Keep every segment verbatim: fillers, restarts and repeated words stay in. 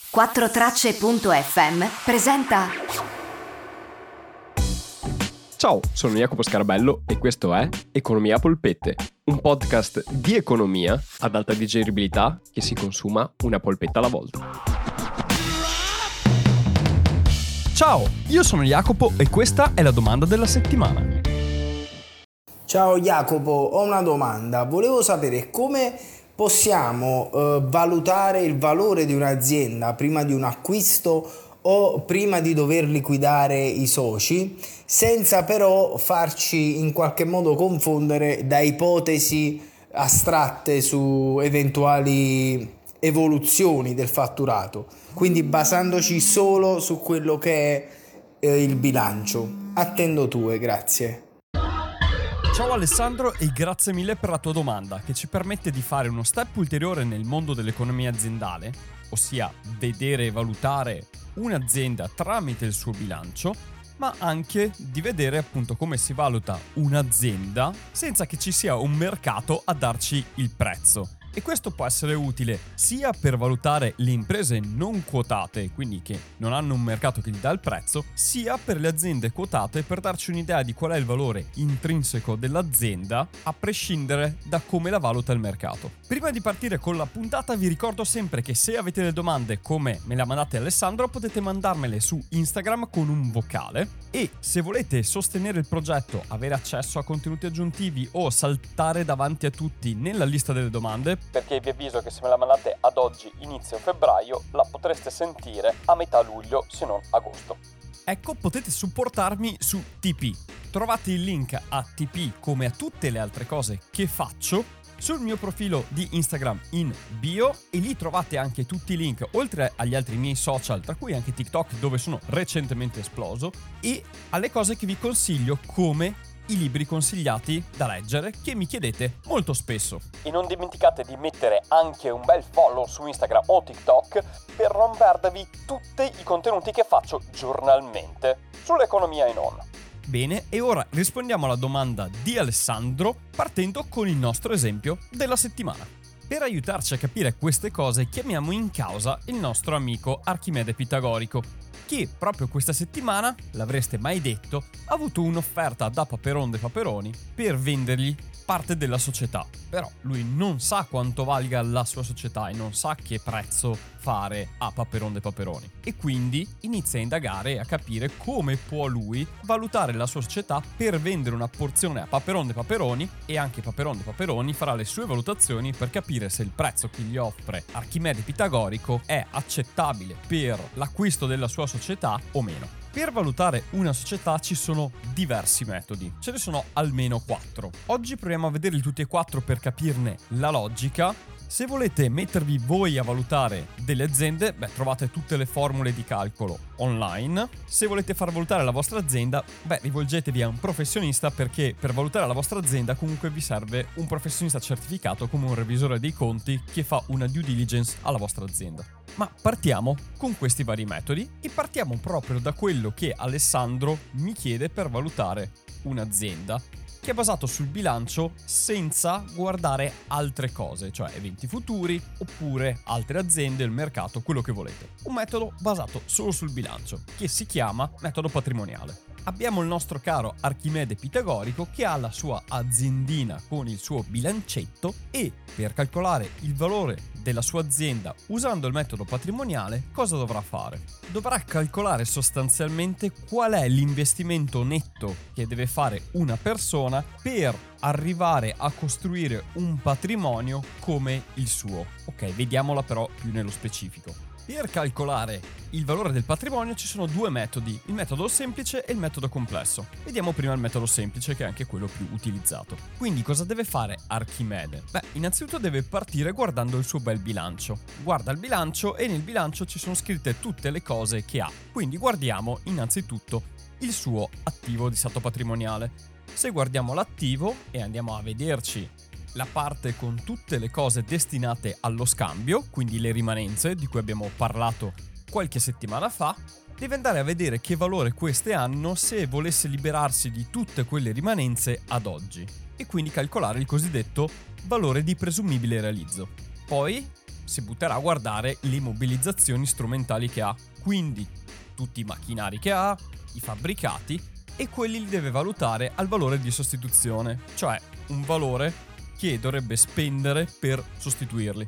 quattro tracce punto effe emme presenta. Ciao, sono Jacopo Scarabello e questo è Economia a polpette, un podcast di economia ad alta digeribilità che si consuma una polpetta alla volta. Ciao, io sono Jacopo e questa è la domanda della settimana. Ciao Jacopo, ho una domanda. Volevo sapere come possiamo eh, valutare il valore di un'azienda prima di un acquisto o prima di dover liquidare i soci, senza però farci in qualche modo confondere da ipotesi astratte su eventuali evoluzioni del fatturato, quindi basandoci solo su quello che è eh, il bilancio. Attendo tue, grazie. Ciao Alessandro e grazie mille per la tua domanda, che ci permette di fare uno step ulteriore nel mondo dell'economia aziendale, ossia vedere e valutare un'azienda tramite il suo bilancio, ma anche di vedere appunto come si valuta un'azienda senza che ci sia un mercato a darci il prezzo. E questo può essere utile sia per valutare le imprese non quotate, quindi che non hanno un mercato che gli dà il prezzo, sia per le aziende quotate per darci un'idea di qual è il valore intrinseco dell'azienda, a prescindere da come la valuta il mercato. Prima di partire con la puntata vi ricordo sempre che se avete delle domande come me le ha mandate Alessandro, potete mandarmele su Instagram con un vocale, e se volete sostenere il progetto, avere accesso a contenuti aggiuntivi o saltare davanti a tutti nella lista delle domande, perché vi avviso che se me la mandate ad oggi inizio febbraio la potreste sentire a metà luglio se non agosto. Ecco, potete supportarmi su T P. Trovate il link a T P come a tutte le altre cose che faccio sul mio profilo di Instagram in bio, e lì trovate anche tutti i link oltre agli altri miei social, tra cui anche TikTok dove sono recentemente esploso, e alle cose che vi consiglio come i libri consigliati da leggere che mi chiedete molto spesso. E non dimenticate di mettere anche un bel follow su Instagram o TikTok per non perdervi tutti i contenuti che faccio giornalmente sull'economia e non. Bene, e ora rispondiamo alla domanda di Alessandro partendo con il nostro esempio della settimana. Per aiutarci a capire queste cose chiamiamo in causa il nostro amico Archimede Pitagorico, che proprio questa settimana, l'avreste mai detto, ha avuto un'offerta da Paperon de Paperoni per vendergli parte della società. Però lui non sa quanto valga la sua società e non sa che prezzo fare a Paperon de Paperoni. E quindi inizia a indagare e a capire come può lui valutare la sua società per vendere una porzione a Paperon de Paperoni, e anche Paperon de Paperoni farà le sue valutazioni per capire se il prezzo che gli offre Archimede Pitagorico è accettabile per l'acquisto della sua società o meno. Per valutare una società ci sono diversi metodi, ce ne sono almeno quattro. Oggi proviamo a vederli tutti e quattro per capirne la logica. Se volete mettervi voi a valutare delle aziende, beh, trovate tutte le formule di calcolo online. Se volete far valutare la vostra azienda, beh, rivolgetevi a un professionista, perché per valutare la vostra azienda comunque vi serve un professionista certificato come un revisore dei conti che fa una due diligence alla vostra azienda. Ma partiamo con questi vari metodi e partiamo proprio da quello che Alessandro mi chiede per valutare un'azienda, che è basato sul bilancio senza guardare altre cose, cioè eventi futuri oppure altre aziende, il mercato, quello che volete. Un metodo basato solo sul bilancio, che si chiama metodo patrimoniale. Abbiamo il nostro caro Archimede Pitagorico che ha la sua aziendina con il suo bilancetto, e per calcolare il valore della sua azienda usando il metodo patrimoniale cosa dovrà fare? Dovrà calcolare sostanzialmente qual è l'investimento netto che deve fare una persona per arrivare a costruire un patrimonio come il suo. Ok, vediamola però più nello specifico. Per calcolare il valore del patrimonio ci sono due metodi, il metodo semplice e il metodo complesso. Vediamo prima il metodo semplice, che è anche quello più utilizzato. Quindi cosa deve fare Archimede? Beh, innanzitutto deve partire guardando il suo bel bilancio. Guarda il bilancio e nel bilancio ci sono scritte tutte le cose che ha. Quindi guardiamo innanzitutto il suo attivo di stato patrimoniale. Se guardiamo l'attivo e andiamo a vederci la parte con tutte le cose destinate allo scambio, quindi le rimanenze di cui abbiamo parlato qualche settimana fa, deve andare a vedere che valore queste hanno se volesse liberarsi di tutte quelle rimanenze ad oggi, e quindi calcolare il cosiddetto valore di presumibile realizzo. Poi si butterà a guardare le mobilizzazioni strumentali che ha, quindi tutti i macchinari che ha, i fabbricati, e quelli li deve valutare al valore di sostituzione, cioè un valore che dovrebbe spendere per sostituirli.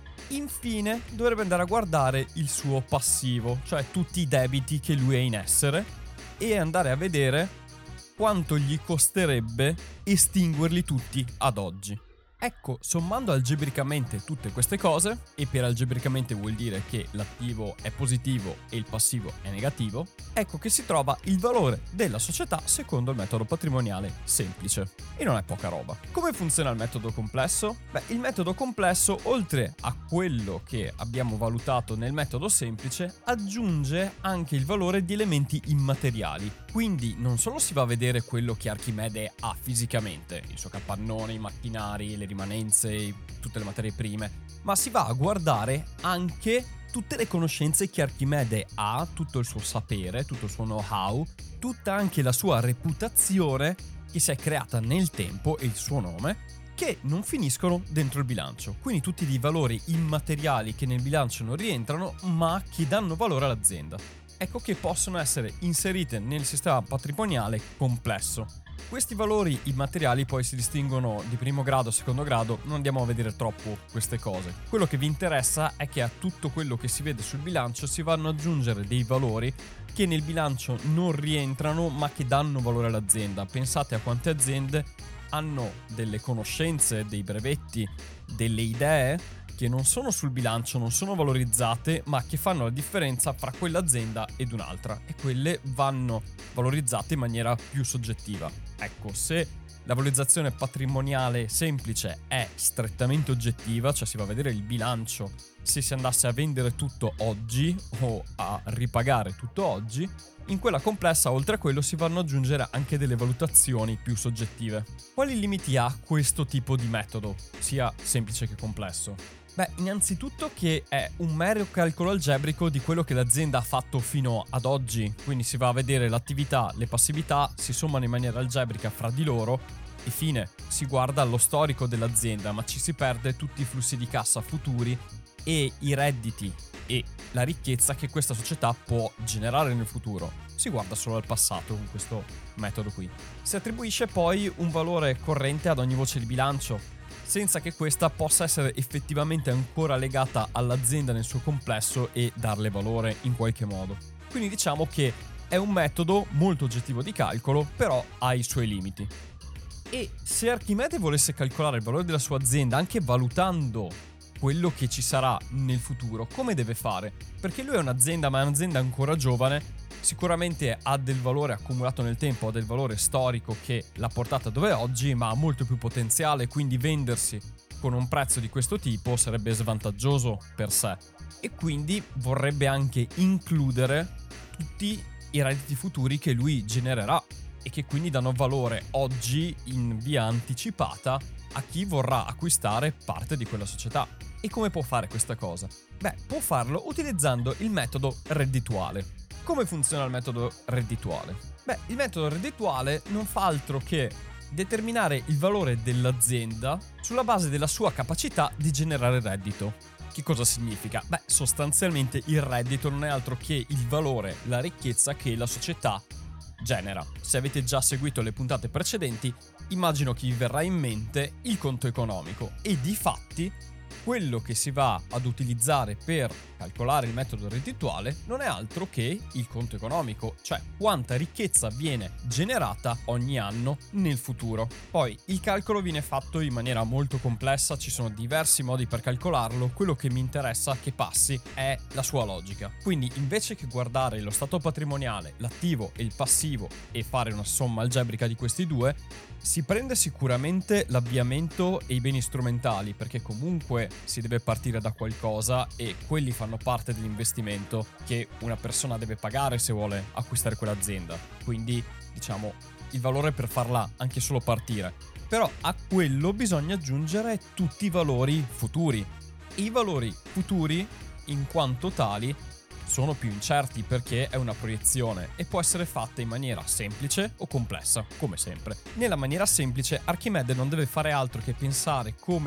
Infine dovrebbe andare a guardare il suo passivo, cioè tutti i debiti che lui ha in essere, e andare a vedere quanto gli costerebbe estinguerli tutti ad oggi. Ecco, sommando algebricamente tutte queste cose, e per algebricamente vuol dire che l'attivo è positivo e il passivo è negativo, ecco che si trova il valore della società secondo il metodo patrimoniale semplice. E non è poca roba. Come funziona il metodo complesso? Beh, il metodo complesso, oltre a quello che abbiamo valutato nel metodo semplice, aggiunge anche il valore di elementi immateriali. Quindi non solo si va a vedere quello che Archimede ha fisicamente, il suo capannone, i macchinari, le rimanenze, tutte le materie prime, ma si va a guardare anche tutte le conoscenze che Archimede ha, tutto il suo sapere, tutto il suo know-how, tutta anche la sua reputazione che si è creata nel tempo e il suo nome, che non finiscono dentro il bilancio. Quindi tutti i valori immateriali che nel bilancio non rientrano, ma che danno valore all'azienda. Ecco che possono essere inserite nel sistema patrimoniale complesso. Questi valori immateriali poi si distinguono di primo grado, secondo grado, non andiamo a vedere troppo queste cose. Quello che vi interessa è che a tutto quello che si vede sul bilancio si vanno ad aggiungere dei valori che nel bilancio non rientrano ma che danno valore all'azienda. Pensate a quante aziende hanno delle conoscenze, dei brevetti, delle idee che non sono sul bilancio, non sono valorizzate, ma che fanno la differenza fra quell'azienda ed un'altra, e quelle vanno valorizzate in maniera più soggettiva. Ecco, se la valorizzazione patrimoniale semplice è strettamente oggettiva, cioè si va a vedere il bilancio se si andasse a vendere tutto oggi o a ripagare tutto oggi, in quella complessa, oltre a quello, si vanno ad aggiungere anche delle valutazioni più soggettive. Quali limiti ha questo tipo di metodo, sia semplice che complesso? Beh, innanzitutto che è un mero calcolo algebrico di quello che l'azienda ha fatto fino ad oggi, quindi si va a vedere l'attività, le passività, si sommano in maniera algebrica fra di loro e fine, si guarda lo storico dell'azienda, ma ci si perde tutti i flussi di cassa futuri e i redditi e la ricchezza che questa società può generare nel futuro. Si guarda solo al passato con questo metodo qui. Si attribuisce poi un valore corrente ad ogni voce di bilancio, senza che questa possa essere effettivamente ancora legata all'azienda nel suo complesso e darle valore in qualche modo. Quindi diciamo che è un metodo molto oggettivo di calcolo, però ha i suoi limiti. E se Archimede volesse calcolare il valore della sua azienda anche valutando quello che ci sarà nel futuro, come deve fare? Perché lui è un'azienda, ma è un'azienda ancora giovane, sicuramente ha del valore accumulato nel tempo, ha del valore storico che l'ha portata dove è oggi, ma ha molto più potenziale, quindi vendersi con un prezzo di questo tipo sarebbe svantaggioso per sé, e quindi vorrebbe anche includere tutti i redditi futuri che lui genererà e che quindi danno valore oggi in via anticipata a chi vorrà acquistare parte di quella società. E come può fare questa cosa? Beh, può farlo utilizzando il metodo reddituale. Come funziona il metodo reddituale? Beh, il metodo reddituale non fa altro che determinare il valore dell'azienda sulla base della sua capacità di generare reddito. Che cosa significa? Beh, sostanzialmente il reddito non è altro che il valore, la ricchezza che la società genera. Se avete già seguito le puntate precedenti, immagino che vi verrà in mente il conto economico, e di fatti quello che si va ad utilizzare per calcolare il metodo reddituale non è altro che il conto economico, cioè quanta ricchezza viene generata ogni anno nel futuro. Poi il calcolo viene fatto in maniera molto complessa, ci sono diversi modi per calcolarlo, quello che mi interessa che passi è la sua logica. Quindi invece che guardare lo stato patrimoniale, l'attivo e il passivo e fare una somma algebrica di questi due, si prende sicuramente l'avviamento e i beni strumentali, perché comunque si deve partire da qualcosa e quelli fanno parte dell'investimento che una persona deve pagare se vuole acquistare quell'azienda. Quindi, diciamo, il valore per farla anche solo partire. Però a quello bisogna aggiungere tutti i valori futuri. E i valori futuri, in quanto tali, sono più incerti perché è una proiezione e può essere fatta in maniera semplice o complessa, come sempre. Nella maniera semplice, Archimede non deve fare altro che pensare come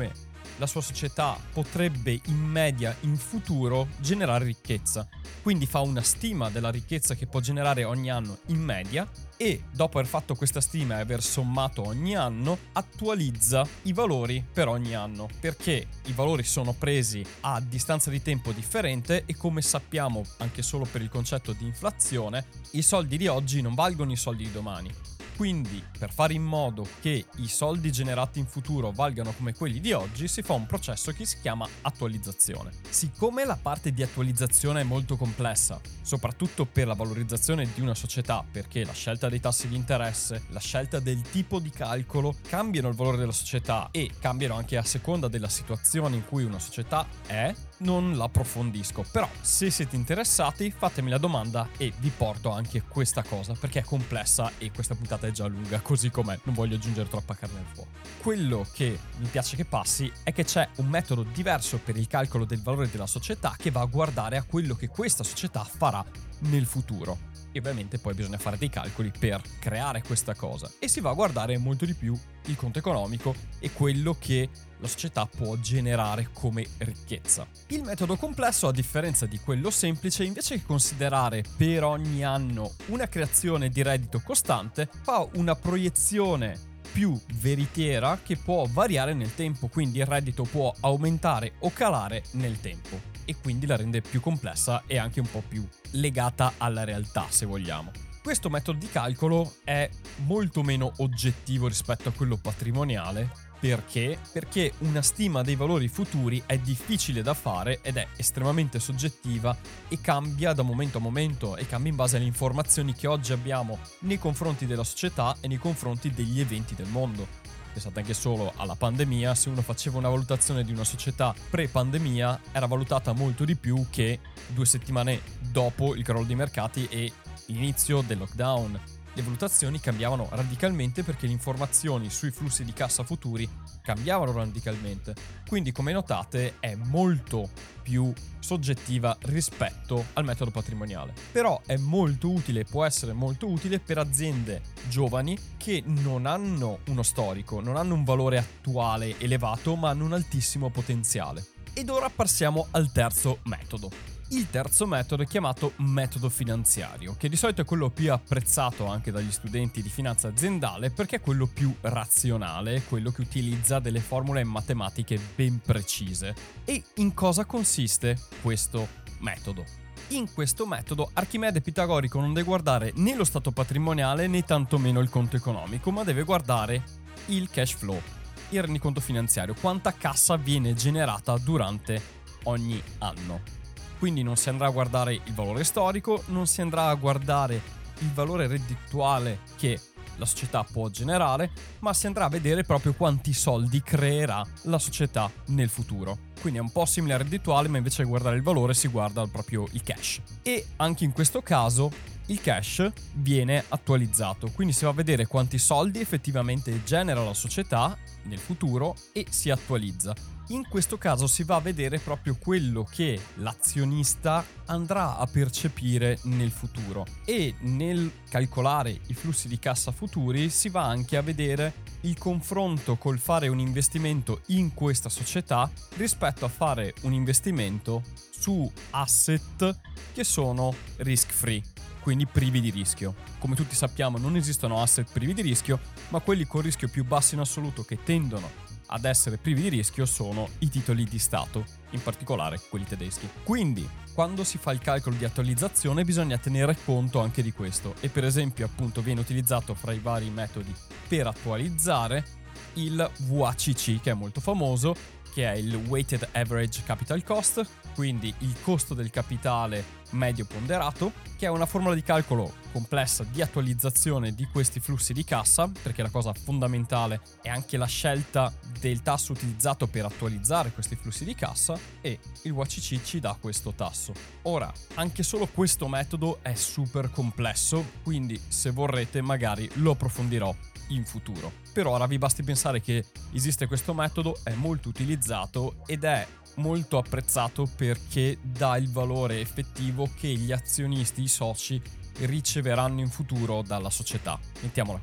la sua società potrebbe in media in futuro generare ricchezza. Quindi fa una stima della ricchezza che può generare ogni anno in media e dopo aver fatto questa stima e aver sommato ogni anno attualizza i valori per ogni anno, perché i valori sono presi a distanza di tempo differente e come sappiamo anche solo per il concetto di inflazione, i soldi di oggi non valgono i soldi di domani. Quindi, per fare in modo che i soldi generati in futuro valgano come quelli di oggi, si fa un processo che si chiama attualizzazione. Siccome la parte di attualizzazione è molto complessa, soprattutto per la valorizzazione di una società, perché la scelta dei tassi di interesse, la scelta del tipo di calcolo cambiano il valore della società e cambiano anche a seconda della situazione in cui una società è, non l'approfondisco. Però, se siete interessati, fatemi la domanda e vi porto anche questa cosa, perché è complessa e questa puntata è già lunga, così com'è, non voglio aggiungere troppa carne al fuoco. Quello che mi piace che passi è che c'è un metodo diverso per il calcolo del valore della società che va a guardare a quello che questa società farà nel futuro. E ovviamente poi bisogna fare dei calcoli per creare questa cosa e si va a guardare molto di più il conto economico e quello che la società può generare come ricchezza. Il metodo complesso, a differenza di quello semplice, invece che considerare per ogni anno una creazione di reddito costante, fa una proiezione più veritiera che può variare nel tempo, quindi il reddito può aumentare o calare nel tempo e quindi la rende più complessa e anche un po' più legata alla realtà, se vogliamo. Questo metodo di calcolo è molto meno oggettivo rispetto a quello patrimoniale. Perché? Perché una stima dei valori futuri è difficile da fare ed è estremamente soggettiva e cambia da momento a momento e cambia in base alle informazioni che oggi abbiamo nei confronti della società e nei confronti degli eventi del mondo. Pensate anche solo alla pandemia, se uno faceva una valutazione di una società pre-pandemia era valutata molto di più che due settimane dopo il crollo dei mercati e l'inizio del lockdown. Le valutazioni cambiavano radicalmente perché le informazioni sui flussi di cassa futuri cambiavano radicalmente. Quindi, come notate, è molto più soggettiva rispetto al metodo patrimoniale. Però è molto utile, può essere molto utile per aziende giovani che non hanno uno storico, non hanno un valore attuale elevato, ma hanno un altissimo potenziale. Ed ora passiamo al terzo metodo. Il terzo metodo è chiamato metodo finanziario, che di solito è quello più apprezzato anche dagli studenti di finanza aziendale perché è quello più razionale, quello che utilizza delle formule matematiche ben precise. E in cosa consiste questo metodo? In questo metodo Archimede Pitagorico non deve guardare né lo stato patrimoniale né tantomeno il conto economico, ma deve guardare il cash flow, il rendiconto finanziario, quanta cassa viene generata durante ogni anno. Quindi non si andrà a guardare il valore storico, non si andrà a guardare il valore reddituale che la società può generare, ma si andrà a vedere proprio quanti soldi creerà la società nel futuro. Quindi è un po' simile al reddituale, ma invece di guardare il valore si guarda proprio il cash. E anche in questo caso il cash viene attualizzato, quindi si va a vedere quanti soldi effettivamente genera la società nel futuro e si attualizza. In questo caso si va a vedere proprio quello che l'azionista andrà a percepire nel futuro e nel calcolare i flussi di cassa futuri si va anche a vedere il confronto col fare un investimento in questa società rispetto a fare un investimento su asset che sono risk free, quindi privi di rischio. Come tutti sappiamo non esistono asset privi di rischio, ma quelli con rischio più basso in assoluto che tendono ad essere privi di rischio sono i titoli di Stato, in particolare quelli tedeschi. Quindi, quando si fa il calcolo di attualizzazione bisogna tenere conto anche di questo e per esempio appunto viene utilizzato fra i vari metodi per attualizzare il V A C C, che è molto famoso, che è il Weighted Average Capital Cost, quindi il costo del capitale medio ponderato, che è una formula di calcolo complessa di attualizzazione di questi flussi di cassa, perché la cosa fondamentale è anche la scelta del tasso utilizzato per attualizzare questi flussi di cassa e il V A C C ci dà questo tasso. Ora, anche solo questo metodo è super complesso, quindi se vorrete magari lo approfondirò in futuro. Per ora vi basti pensare che esiste questo metodo, è molto utilizzato ed è molto apprezzato perché dà il valore effettivo che gli azionisti, i soci, riceveranno in futuro dalla società. Mettiamola così.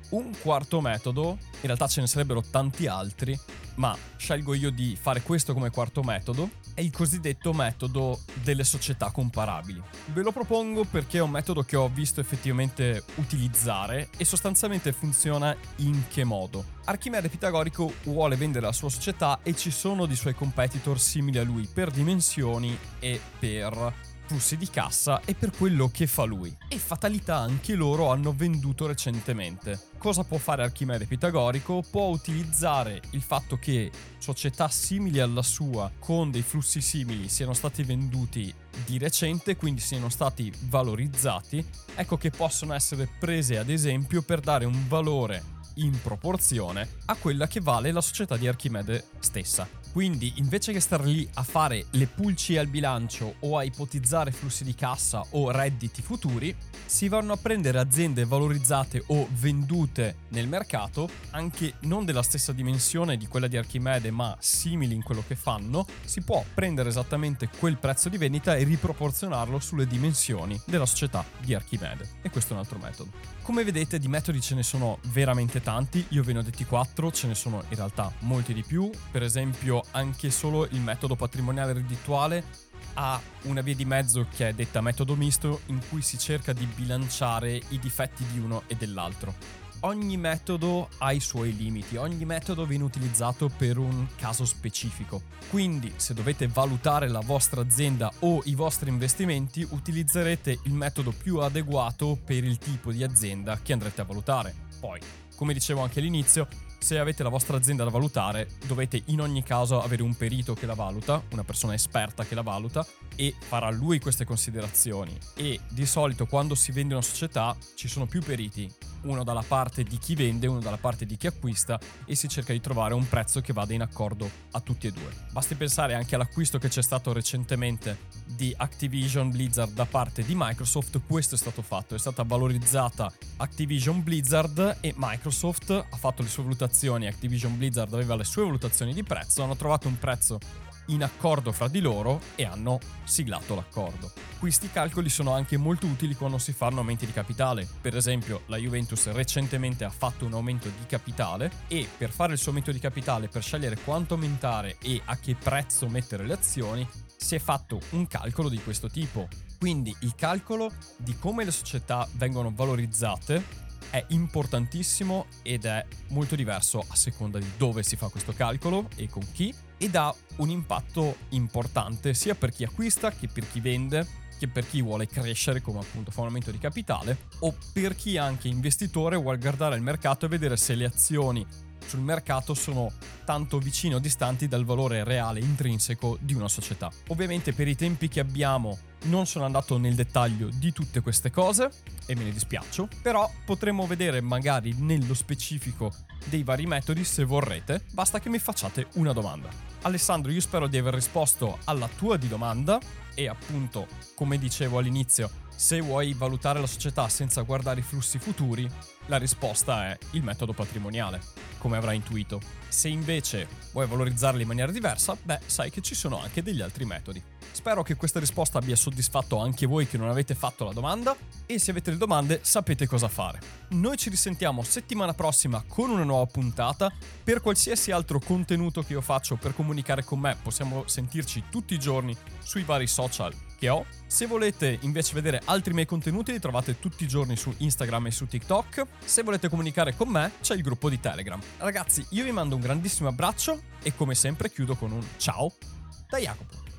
Un quarto metodo, in realtà ce ne sarebbero tanti altri, ma scelgo io di fare questo come quarto metodo, è il cosiddetto metodo delle società comparabili. Ve lo propongo perché è un metodo che ho visto effettivamente utilizzare e sostanzialmente funziona in che modo? Archimede Pitagorico vuole vendere la sua società e ci sono dei suoi competitor simili a lui per dimensioni e per flussi di cassa e per quello che fa lui. E fatalità, anche loro hanno venduto recentemente. Cosa può fare Archimede Pitagorico? Può utilizzare il fatto che società simili alla sua con dei flussi simili siano stati venduti di recente, quindi siano stati valorizzati, ecco che possono essere prese ad esempio per dare un valore in proporzione a quella che vale la società di Archimede stessa. Quindi invece che star lì a fare le pulci al bilancio o a ipotizzare flussi di cassa o redditi futuri, si vanno a prendere aziende valorizzate o vendute nel mercato, anche non della stessa dimensione di quella di Archimede, ma simili in quello che fanno. Si può prendere esattamente quel prezzo di vendita e riproporzionarlo sulle dimensioni della società di Archimede. E questo è un altro metodo. Come vedete, di metodi ce ne sono veramente tanti, io ve ne ho detti quattro, ce ne sono in realtà molti di più. Per esempio, anche solo il metodo patrimoniale reddituale ha una via di mezzo che è detta metodo misto, in cui si cerca di bilanciare i difetti di uno e dell'altro. Ogni metodo ha i suoi limiti, ogni metodo viene utilizzato per un caso specifico. Quindi, se dovete valutare la vostra azienda o i vostri investimenti, utilizzerete il metodo più adeguato per il tipo di azienda che andrete a valutare. Poi, come dicevo anche all'inizio, se avete la vostra azienda da valutare, dovete in ogni caso avere un perito che la valuta, una persona esperta che la valuta, e farà lui queste considerazioni. E di solito quando si vende una società ci sono più periti, uno dalla parte di chi vende, uno dalla parte di chi acquista, e si cerca di trovare un prezzo che vada in accordo a tutti e due. Basti pensare anche all'acquisto che c'è stato recentemente di Activision Blizzard da parte di Microsoft. Questo è stato fatto, è stata valorizzata Activision Blizzard e Microsoft ha fatto le sue valutazioni, Activision Blizzard aveva le sue valutazioni di prezzo, hanno trovato un prezzo in accordo fra di loro e hanno siglato l'accordo. Questi calcoli sono anche molto utili quando si fanno aumenti di capitale. Per esempio, la Juventus recentemente ha fatto un aumento di capitale e per fare il suo aumento di capitale, per scegliere quanto aumentare e a che prezzo mettere le azioni, si è fatto un calcolo di questo tipo. Quindi il calcolo di come le società vengono valorizzate è importantissimo ed è molto diverso a seconda di dove si fa questo calcolo e con chi, ed ha un impatto importante sia per chi acquista che per chi vende, che per chi vuole crescere come appunto fa un aumento di capitale, o per chi anche investitore vuole guardare il mercato e vedere se le azioni sul mercato sono tanto vicino o distanti dal valore reale intrinseco di una società. Ovviamente per i tempi che abbiamo non sono andato nel dettaglio di tutte queste cose e me ne dispiaccio, però potremo vedere magari nello specifico dei vari metodi se vorrete, basta che mi facciate una domanda. Alessandro, io spero di aver risposto alla tua di domanda e appunto, come dicevo all'inizio, se vuoi valutare la società senza guardare i flussi futuri, la risposta è il metodo patrimoniale, come avrai intuito. Se invece vuoi valorizzarli in maniera diversa, beh, sai che ci sono anche degli altri metodi. Spero che questa risposta abbia soddisfatto anche voi che non avete fatto la domanda, e se avete le domande sapete cosa fare. Noi ci risentiamo settimana prossima con una nuova puntata. Per qualsiasi altro contenuto che io faccio per comunicare con me possiamo sentirci tutti i giorni sui vari social che ho. Se volete invece vedere altri miei contenuti li trovate tutti i giorni su Instagram e su TikTok. Se volete comunicare con me c'è il gruppo di Telegram. Ragazzi, io vi mando un grandissimo abbraccio e come sempre chiudo con un ciao da Jacopo.